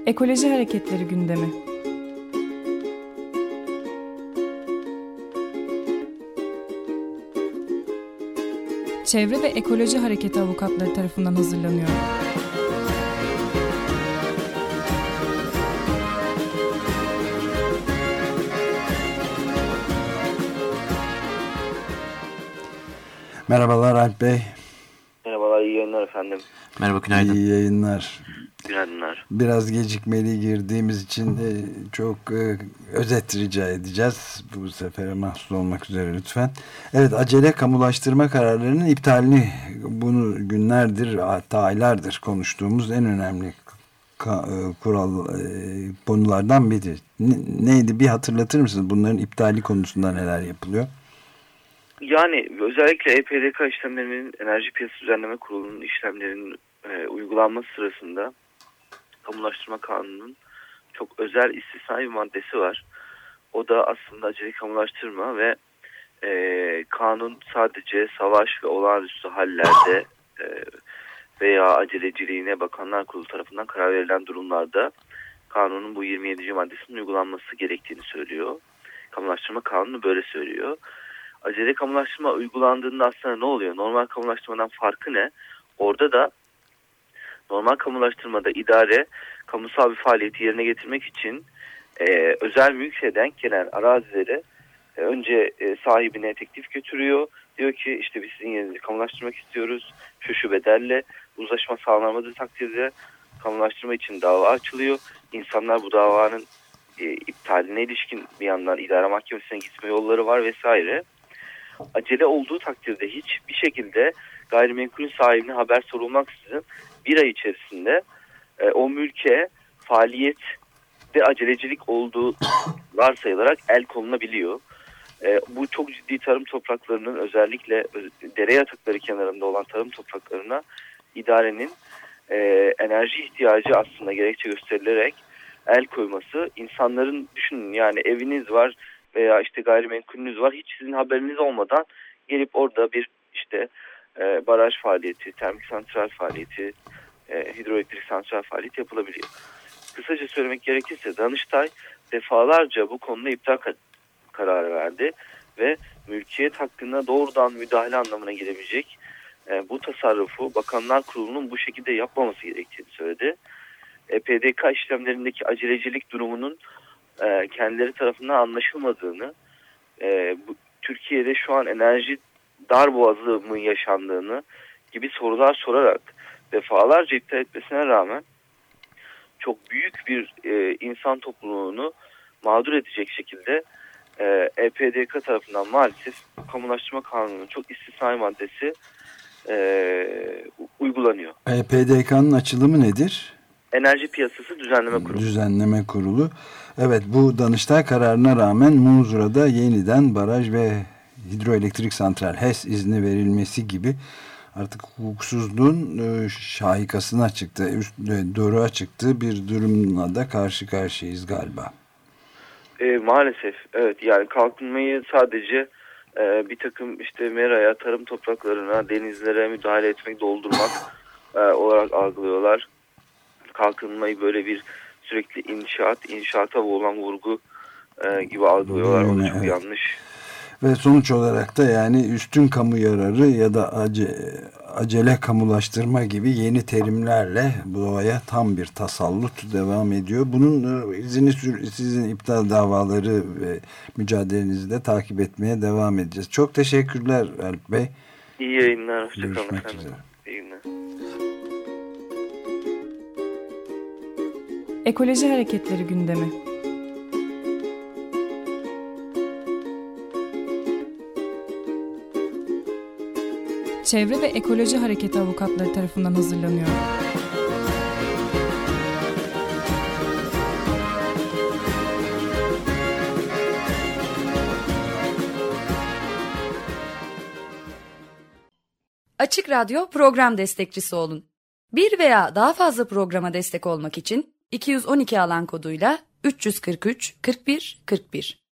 Ekoloji hareketleri gündemi. Çevre ve Ekoloji Hareketi avukatları tarafından hazırlanıyor. Merhabalar Alp Bey. Merhabalar, iyi yayınlar efendim. Merhaba, günaydın. İyi yayınlar. Günaydınlar. Biraz gecikmeli girdiğimiz için çok özet rica edeceğiz. Bu sefere mahsus olmak üzere lütfen. Evet, acele kamulaştırma kararlarının iptalini bunu günlerdir, hatta aylardır konuştuğumuz en önemli kural konulardan biri. Neydi, bir hatırlatır mısınız? Bunların iptali konusunda neler yapılıyor? Yani özellikle EPDK işlemlerinin Enerji Piyasası Düzenleme Kurulu'nun işlemlerinin uygulanması sırasında Kamulaştırma Kanunu'nun çok özel istisnai bir maddesi var. O da aslında acele kamulaştırma ve kanun sadece savaş ve olağanüstü hallerde veya aceleciliğine Bakanlar Kurulu tarafından karar verilen durumlarda kanunun bu 27. maddesinin uygulanması gerektiğini söylüyor. Kamulaştırma Kanunu böyle söylüyor. Acele kamulaştırma uygulandığında aslında ne oluyor? Normal kamulaştırmadan farkı ne? Orada da normal kamulaştırmada idare kamusal bir faaliyeti yerine getirmek için özel mülke denk gelen arazileri önce sahibine teklif götürüyor. Diyor ki işte biz sizin yerinizi kamulaştırmak istiyoruz. Şu bedelle uzlaşma sağlanamadığı takdirde kamulaştırma için dava açılıyor. İnsanlar bu davanın iptaline ilişkin bir yandan idare mahkemesine gitme yolları var vesaire. Acele olduğu takdirde hiçbir şekilde gayrimenkulün sahibine haber sorulmaksızın bir ay içerisinde o mülke faaliyette acelecilik olduğu varsayılarak el konulabiliyor. Bu çok ciddi tarım topraklarının, özellikle dere yatakları kenarında olan tarım topraklarına idarenin enerji ihtiyacı aslında gerekçe gösterilerek el koyması. İnsanların, düşünün yani, eviniz var veya işte gayrimenkulünüz var, hiç sizin haberiniz olmadan gelip orada bir işte baraj faaliyeti, termik santral faaliyeti, hidroelektrik santral faaliyeti yapılabiliyor. Kısaca söylemek gerekirse Danıştay defalarca bu konuda iptal kararı verdi ve mülkiyet hakkında doğrudan müdahale anlamına gelebilecek bu tasarrufu Bakanlar Kurulu'nun bu şekilde yapmaması gerektiğini söyledi. EPDK işlemlerindeki acelecilik durumunun kendileri tarafından anlaşılmadığını, Türkiye'de şu an enerji darboğazı mı yaşandığını gibi sorular sorarak defalarca iptal etmesine rağmen çok büyük bir insan topluluğunu mağdur edecek şekilde EPDK tarafından maalesef Kamulaştırma Kanunu'nun çok istisnai maddesi uygulanıyor. EPDK'nın açılımı nedir? Enerji Piyasası Düzenleme Kurulu. Düzenleme Kurulu. Evet, bu Danıştay kararına rağmen Muzura'da yeniden baraj ve hidroelektrik santral HES izni verilmesi gibi artık hukuksuzluğun şahikasına çıktı, doruğa çıktığı bir durumla da karşı karşıyayız galiba. Maalesef evet, yani kalkınmayı sadece bir takım işte meraya, tarım topraklarına, denizlere müdahale etmek, doldurmak olarak algılıyorlar. Kalkınmayı böyle bir sürekli inşaata boğulan vurgu gibi algılıyorlar. O da çok yanlış. Ve sonuç olarak da yani üstün kamu yararı ya da acele kamulaştırma gibi yeni terimlerle bu doğaya tam bir tasallut devam ediyor. Bunun izini sizin iptal davaları ve mücadelenizi de takip etmeye devam edeceğiz. Çok teşekkürler Alp Bey. İyi yayınlar. Hoşçakalın. Görüşmek üzere. İyi günler. Ekoloji hareketleri gündemi. Çevre ve Ekoloji Hareketi avukatları tarafından hazırlanıyor. Açık Radyo program destekçisi olun. Bir veya daha fazla programa destek olmak için 212 alan koduyla 343 41 41